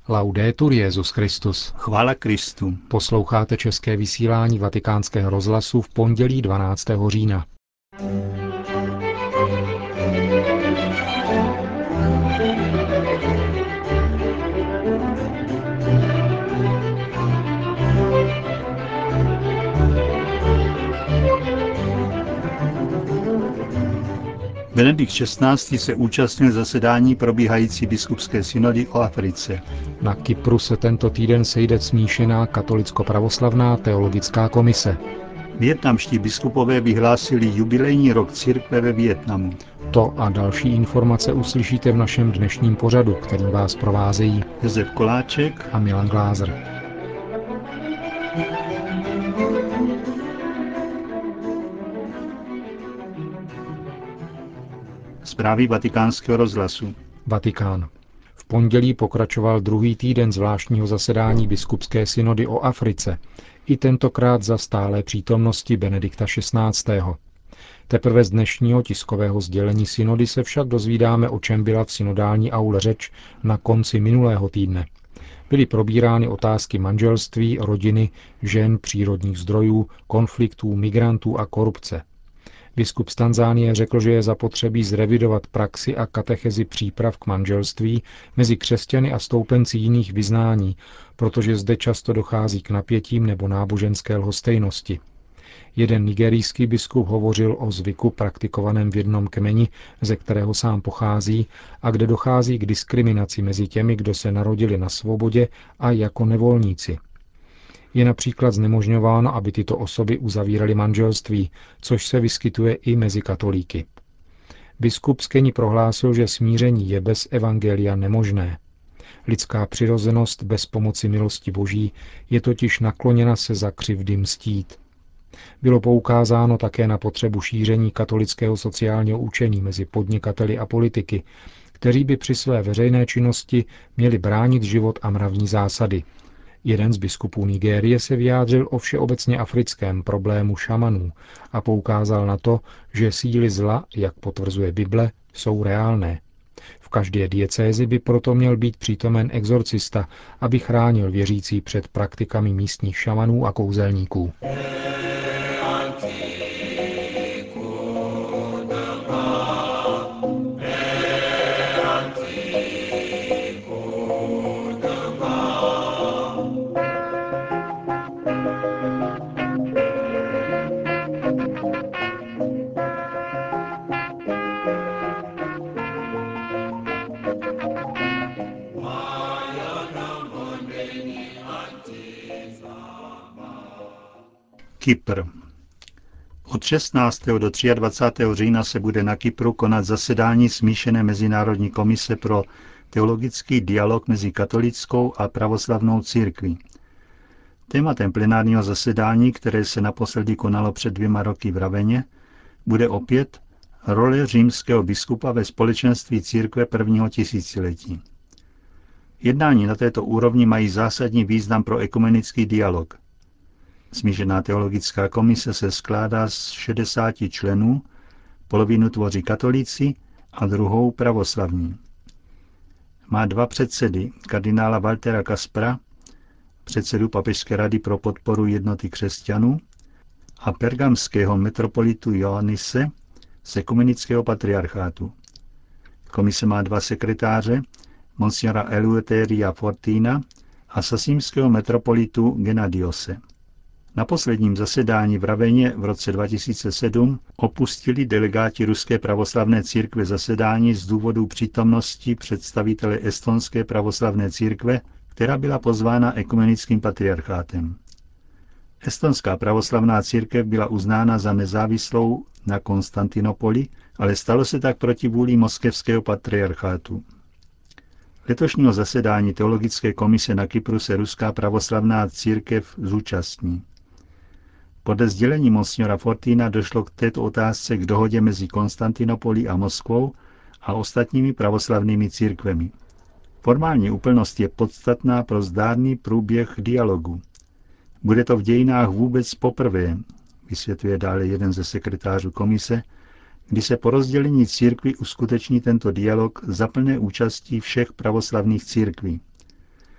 Laudetur Jesus Christus. Chvála Kristu. Posloucháte české vysílání Vatikánského rozhlasu v pondělí 12. října. Benedikt XVI. Se účastnil zasedání probíhající biskupské synody o Africe. Na Kypru se tento týden sejde smíšená katolicko-pravoslavná teologická komise. Vietnamští biskupové vyhlásili jubilejní rok církve ve Vietnamu. To a další informace uslyšíte v našem dnešním pořadu, kterým vás provázejí Josef Koláček a Milan Glázer. Zprávy Vatikánského rozhlasu. Vatikán. V pondělí pokračoval druhý týden zvláštního zasedání biskupské synody o Africe, i tentokrát za stálé přítomnosti Benedikta XVI. Teprve z dnešního tiskového sdělení synody se však dozvídáme, o čem byla v synodální aule řeč na konci minulého týdne. Byly probírány otázky manželství, rodiny, žen, přírodních zdrojů, konfliktů, migrantů a korupce. Biskup z Tanzánie řekl, že je zapotřebí zrevidovat praxi a katechezi příprav k manželství mezi křesťany a stoupenci jiných vyznání, protože zde často dochází k napětím nebo náboženské lhostejnosti. Jeden nigerijský biskup hovořil o zvyku praktikovaném v jednom kmeni, ze kterého sám pochází, a kde dochází k diskriminaci mezi těmi, kdo se narodili na svobodě a jako nevolníci. Je například znemožňováno, aby tyto osoby uzavíraly manželství, což se vyskytuje i mezi katolíky. Biskup z Keni prohlásil, že smíření je bez evangelia nemožné. Lidská přirozenost bez pomoci milosti Boží je totiž nakloněna se za křivdy mstít. Bylo poukázáno také na potřebu šíření katolického sociálního učení mezi podnikateli a politiky, kteří by při své veřejné činnosti měli bránit život a mravní zásady. Jeden z biskupů Nigérie se vyjádřil o všeobecně africkém problému šamanů a poukázal na to, že síly zla, jak potvrzuje Bible, jsou reálné. V každé diecézi by proto měl být přítomen exorcista, aby chránil věřící před praktikami místních šamanů a kouzelníků. Kypr. Od 16. do 23. října se bude na Kypru konat zasedání smíšené mezinárodní komise pro teologický dialog mezi katolickou a pravoslavnou církví. Tématem plenárního zasedání, které se naposledy konalo před 2 roky v Raveně, bude opět role římského biskupa ve společenství církve prvního tisíciletí. Jednání na této úrovni mají zásadní význam pro ekumenický dialog. Smíšená teologická komise se skládá z 60 členů, polovinu tvoří katolíci a druhou pravoslavní. Má 2 předsedy, kardinála Waltera Kaspra, předsedu Papežské rady pro podporu jednoty křesťanů, a pergamského metropolitu Ioannise z ekumenického patriarchátu. Komise má 2 sekretáře, monsignora Eleuteria Fortina a sasimského metropolitu Gennadiose. Na posledním zasedání v Raveně v roce 2007 opustili delegáti Ruské pravoslavné církve zasedání z důvodu přítomnosti představitele Estonské pravoslavné církve, která byla pozvána ekumenickým patriarchátem. Estonská pravoslavná církev byla uznána za nezávislou na Konstantinopoli, ale stalo se tak proti vůli moskevského patriarchátu. Letošního zasedání teologické komise na Kypru se Ruská pravoslavná církev zúčastní. Podle sdělení monsignora Fortina došlo k této otázce k dohodě mezi Konstantinopolí a Moskvou a ostatními pravoslavnými církvemi. Formální úplnost je podstatná pro zdárný průběh dialogu. Bude to v dějinách vůbec poprvé, vysvětluje dále jeden ze sekretářů komise, kdy se po rozdělení církví uskuteční tento dialog za plné účastí všech pravoslavných církví.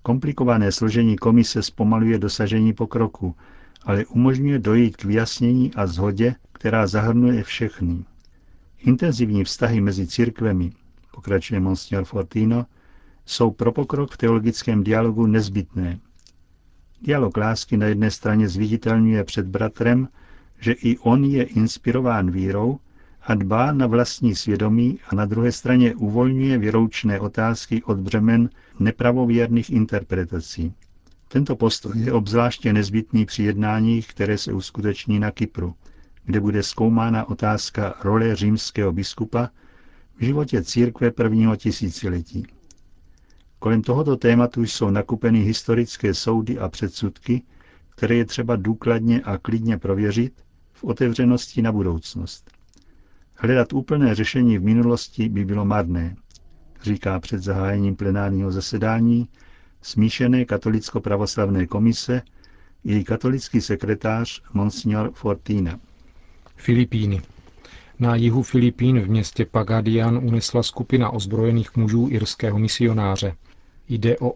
Komplikované složení komise zpomaluje dosažení pokroku, ale umožňuje dojít k vyjasnění a shodě, která zahrnuje všechny. Intenzivní vztahy mezi církvemi, pokračuje Monsignor Fortino, jsou pro pokrok v teologickém dialogu nezbytné. Dialog lásky na jedné straně zviditelňuje před bratrem, že i on je inspirován vírou a dbá na vlastní svědomí, a na druhé straně uvolňuje věroučné otázky od břemen nepravověrných interpretací. Tento postoj je obzvláště nezbytný při jednáních, které se uskuteční na Kypru, kde bude zkoumána otázka role římského biskupa v životě církve prvního tisíciletí. Kolem tohoto tématu jsou nakupeny historické soudy a předsudky, které je třeba důkladně a klidně prověřit v otevřenosti na budoucnost. Hledat úplné řešení v minulosti by bylo marné, říká před zahájením plenárního zasedání smíšené katolicko-pravoslavné komise její katolický sekretář Monsignor Fortina. Filipíny. Na jihu Filipín v městě Pagadian unesla skupina ozbrojených mužů irského misionáře. Jde o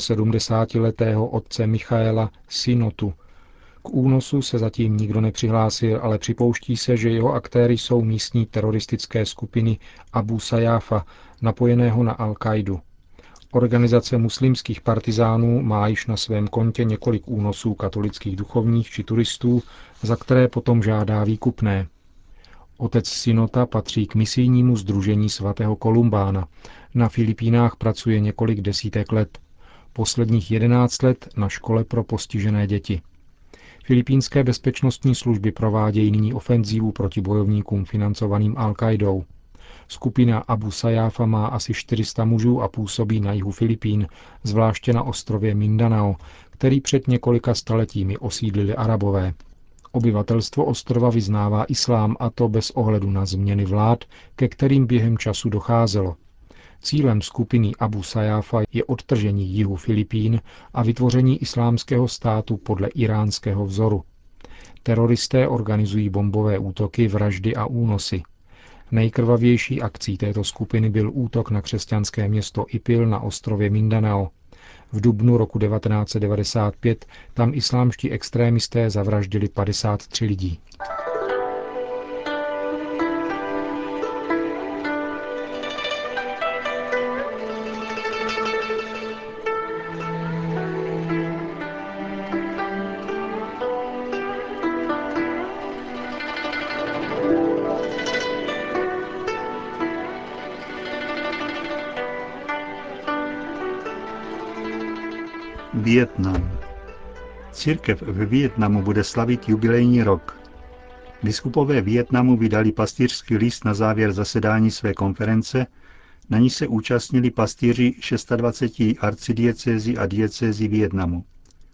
78letého otce Michaela Sinotu. K únosu se zatím nikdo nepřihlásil, ale připouští se, že jeho aktéry jsou místní teroristické skupiny Abu Sajjáfa, napojeného na Al-Kaidu. Organizace muslimských partizánů má již na svém kontě několik únosů katolických duchovních či turistů, za které potom žádá výkupné. Otec Sinota patří k misijnímu sdružení svatého Kolumbána. Na Filipínách pracuje několik desítek let. Posledních 11 let na škole pro postižené děti. Filipínské bezpečnostní služby provádějí nyní ofenzívu proti bojovníkům financovaným Al-Kaidou. Skupina Abu Sajjáfa má asi 400 mužů a působí na jihu Filipín, zvláště na ostrově Mindanao, který před několika staletími osídlili Arabové. Obyvatelstvo ostrova vyznává islám, a to bez ohledu na změny vlád, ke kterým během času docházelo. Cílem skupiny Abu Sajjáfa je odtržení jihu Filipín a vytvoření islámského státu podle iránského vzoru. Teroristé organizují bombové útoky, vraždy a únosy. Nejkrvavější akcí této skupiny byl útok na křesťanské město Ipil na ostrově Mindanao. V dubnu roku 1995 tam islámští extrémisté zavraždili 53 lidí. Vietnam. Církev ve Vietnamu bude slavit jubilejní rok. Biskupové Vietnamu vydali pastýřský list na závěr zasedání své konference, na ní se účastnili pastýři 26 arcidiecézí a diecézí Vietnamu.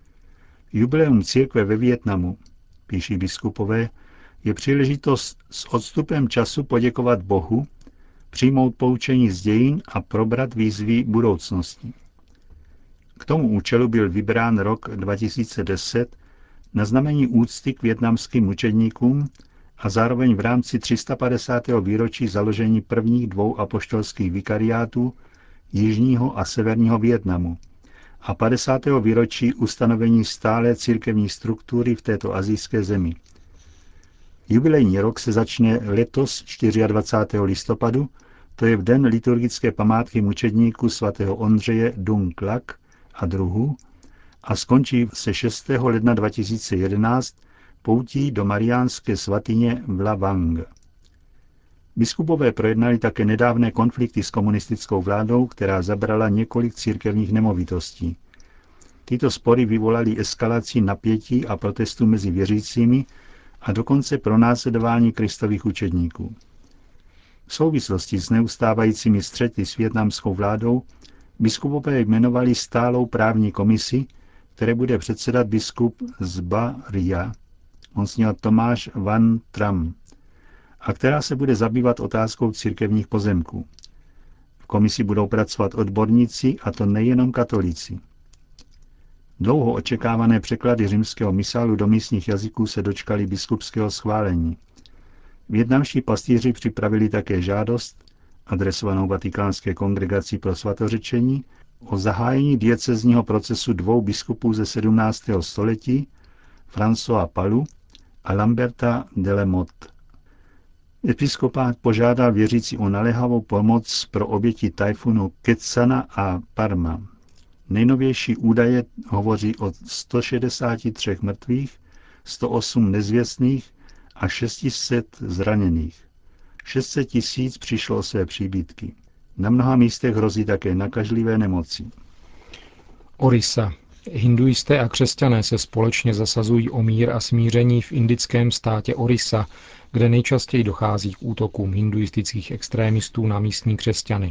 Jubileum církve ve Vietnamu, píší biskupové, je příležitost s odstupem času poděkovat Bohu, přijmout poučení z dějin a probrat výzvy budoucnosti. K tomu účelu byl vybrán rok 2010 na znamení úcty k vietnamským mučedníkům a zároveň v rámci 350. výročí založení prvních 2 apoštolských vikariátů jižního a severního Vietnamu a 50. výročí ustanovení stálé církevní struktury v této asijské zemi. Jubilejní rok se začne letos 24. listopadu, to je v den liturgické památky mučedníků svatého Ondřeje Dung Lak a druhů, a skončí se 6. ledna 2011 poutí do mariánské svatyně v La Vang. Biskupové projednali také nedávné konflikty s komunistickou vládou, která zabrala několik církevních nemovitostí. Tyto spory vyvolaly eskalaci napětí a protestů mezi věřícími a dokonce pronásledování Kristových učedníků. V souvislosti s neustávajícími střety s vietnamskou vládou biskupové jmenovali stálou právní komisi, které bude předsedat biskup z Ba Ria, monsignor Tomáš Van Tram, a která se bude zabývat otázkou církevních pozemků. V komisi budou pracovat odborníci, a to nejenom katolíci. Dlouho očekávané překlady římského misálu do místních jazyků se dočkaly biskupského schválení. Vietnamští pastýři připravili také žádost, adresovanou Vatikánské kongregaci pro svatořečení, o zahájení diecezního procesu dvou biskupů ze 17. století, François Palu a Lamberta de la Motte. Episkopát požádal věřící o naléhavou pomoc pro oběti tajfunu Ketsana a Parma. Nejnovější údaje hovoří o 163 mrtvých, 108 nezvěstných a 600 zraněných. 600 000 přišlo o své příbytky. Na mnoha místech hrozí také nakažlivé nemoci. Orissa. Hinduisté a křesťané se společně zasazují o mír a smíření v indickém státě Orissa, kde nejčastěji dochází k útokům hinduistických extrémistů na místní křesťany.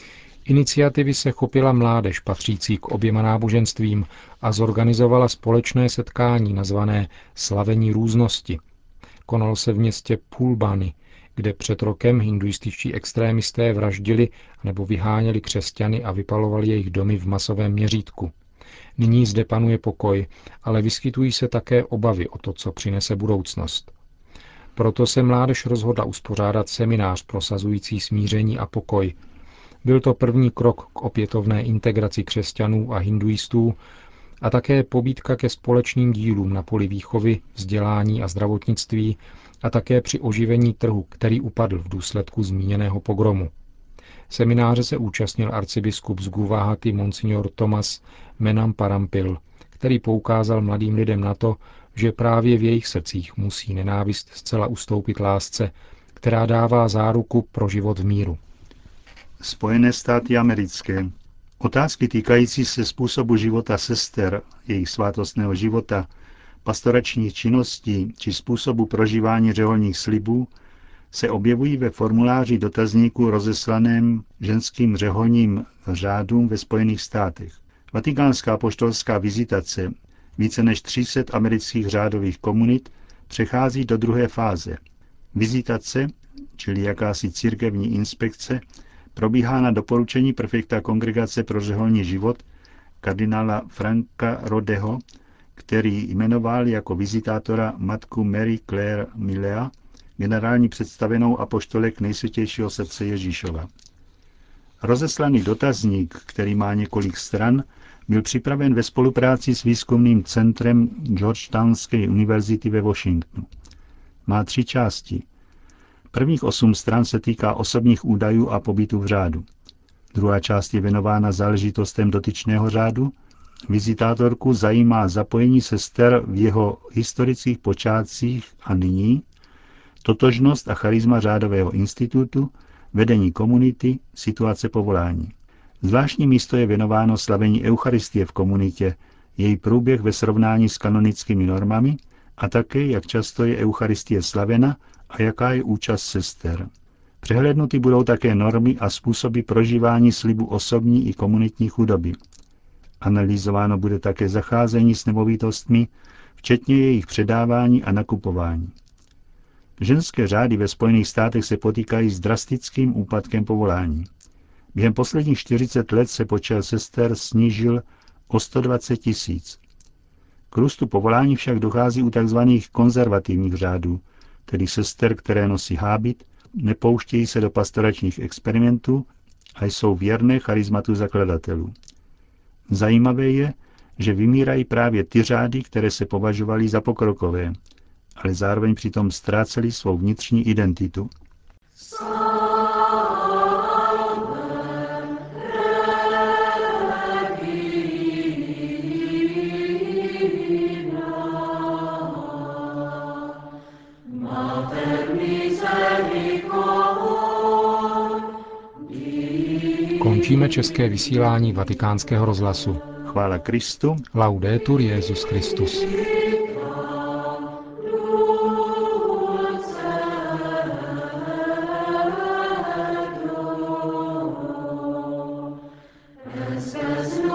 Iniciativy se chopila mládež patřící k oběma náboženstvím a zorganizovala společné setkání nazvané Slavení různosti. Konalo se v městě Pulbany, kde před rokem hinduističtí extrémisté vraždili nebo vyháněli křesťany a vypalovali jejich domy v masovém měřítku. Nyní zde panuje pokoj, ale vyskytují se také obavy o to, co přinese budoucnost. Proto se mládež rozhodla uspořádat seminář prosazující smíření a pokoj. Byl to první krok k opětovné integraci křesťanů a hinduistů a také pobídka ke společným dílům na poli výchovy, vzdělání a zdravotnictví a také při oživení trhu, který upadl v důsledku zmíněného pogromu. Semináře se účastnil arcibiskup z Guwahati monsignor Thomas Menamparampil, který poukázal mladým lidem na to, že právě v jejich srdcích musí nenávist zcela ustoupit lásce, která dává záruku pro život v míru. Spojené státy americké. Otázky týkající se způsobu života sester, jejich svátostného života, pastoračních činností či způsobu prožívání řeholních slibů se objevují ve formuláři dotazníku rozeslaném ženským řeholním řádům ve Spojených státech. Vatikánská apoštolská vizitace více než 300 amerických řádových komunit přechází do druhé fáze. Vizitace, čili jakási církevní inspekce, probíhá na doporučení prefekta Kongregace pro řeholní život kardinála Franka Rodeho, který jmenoval jako vizitátora matku Mary Claire Millea, generální představenou apoštolek Nejsvětějšího srdce Ježíšova. Rozeslaný dotazník, který má několik stran, byl připraven ve spolupráci s výzkumným centrem Georgetownské univerzity ve Washingtonu. Má 3 části. Prvních 8 stran se týká osobních údajů a pobytu v řádu. Druhá část je věnována záležitostem dotyčného řádu. Vizitátorku zajímá zapojení sester v jeho historických počátcích a nyní, totožnost a charisma řádového institutu, vedení komunity, situace povolání. Zvláštní místo je věnováno slavení Eucharistie v komunitě, její průběh ve srovnání s kanonickými normami a také, jak často je Eucharistie slavena a jaká je účast sester. Přehlédnuty budou také normy a způsoby prožívání slibu osobní i komunitní chudoby. Analyzováno bude také zacházení s nemovitostmi, včetně jejich předávání a nakupování. Ženské řády ve Spojených státech se potýkají s drastickým úpadkem povolání. Během posledních 40 let se počet sester snížil o 120 000. K růstu povolání však dochází u tzv. Konzervativních řádů, tedy sester, které nosí hábit, nepouštějí se do pastoračních experimentů a jsou věrné charizmatu zakladatelů. Zajímavé je, že vymírají právě ty řády, které se považovaly za pokrokové, ale zároveň přitom ztrácely svou vnitřní identitu. Končíme české vysílání Vatikánského rozhlasu. Chvála Kristu. Laudetur Jesus Christus. Says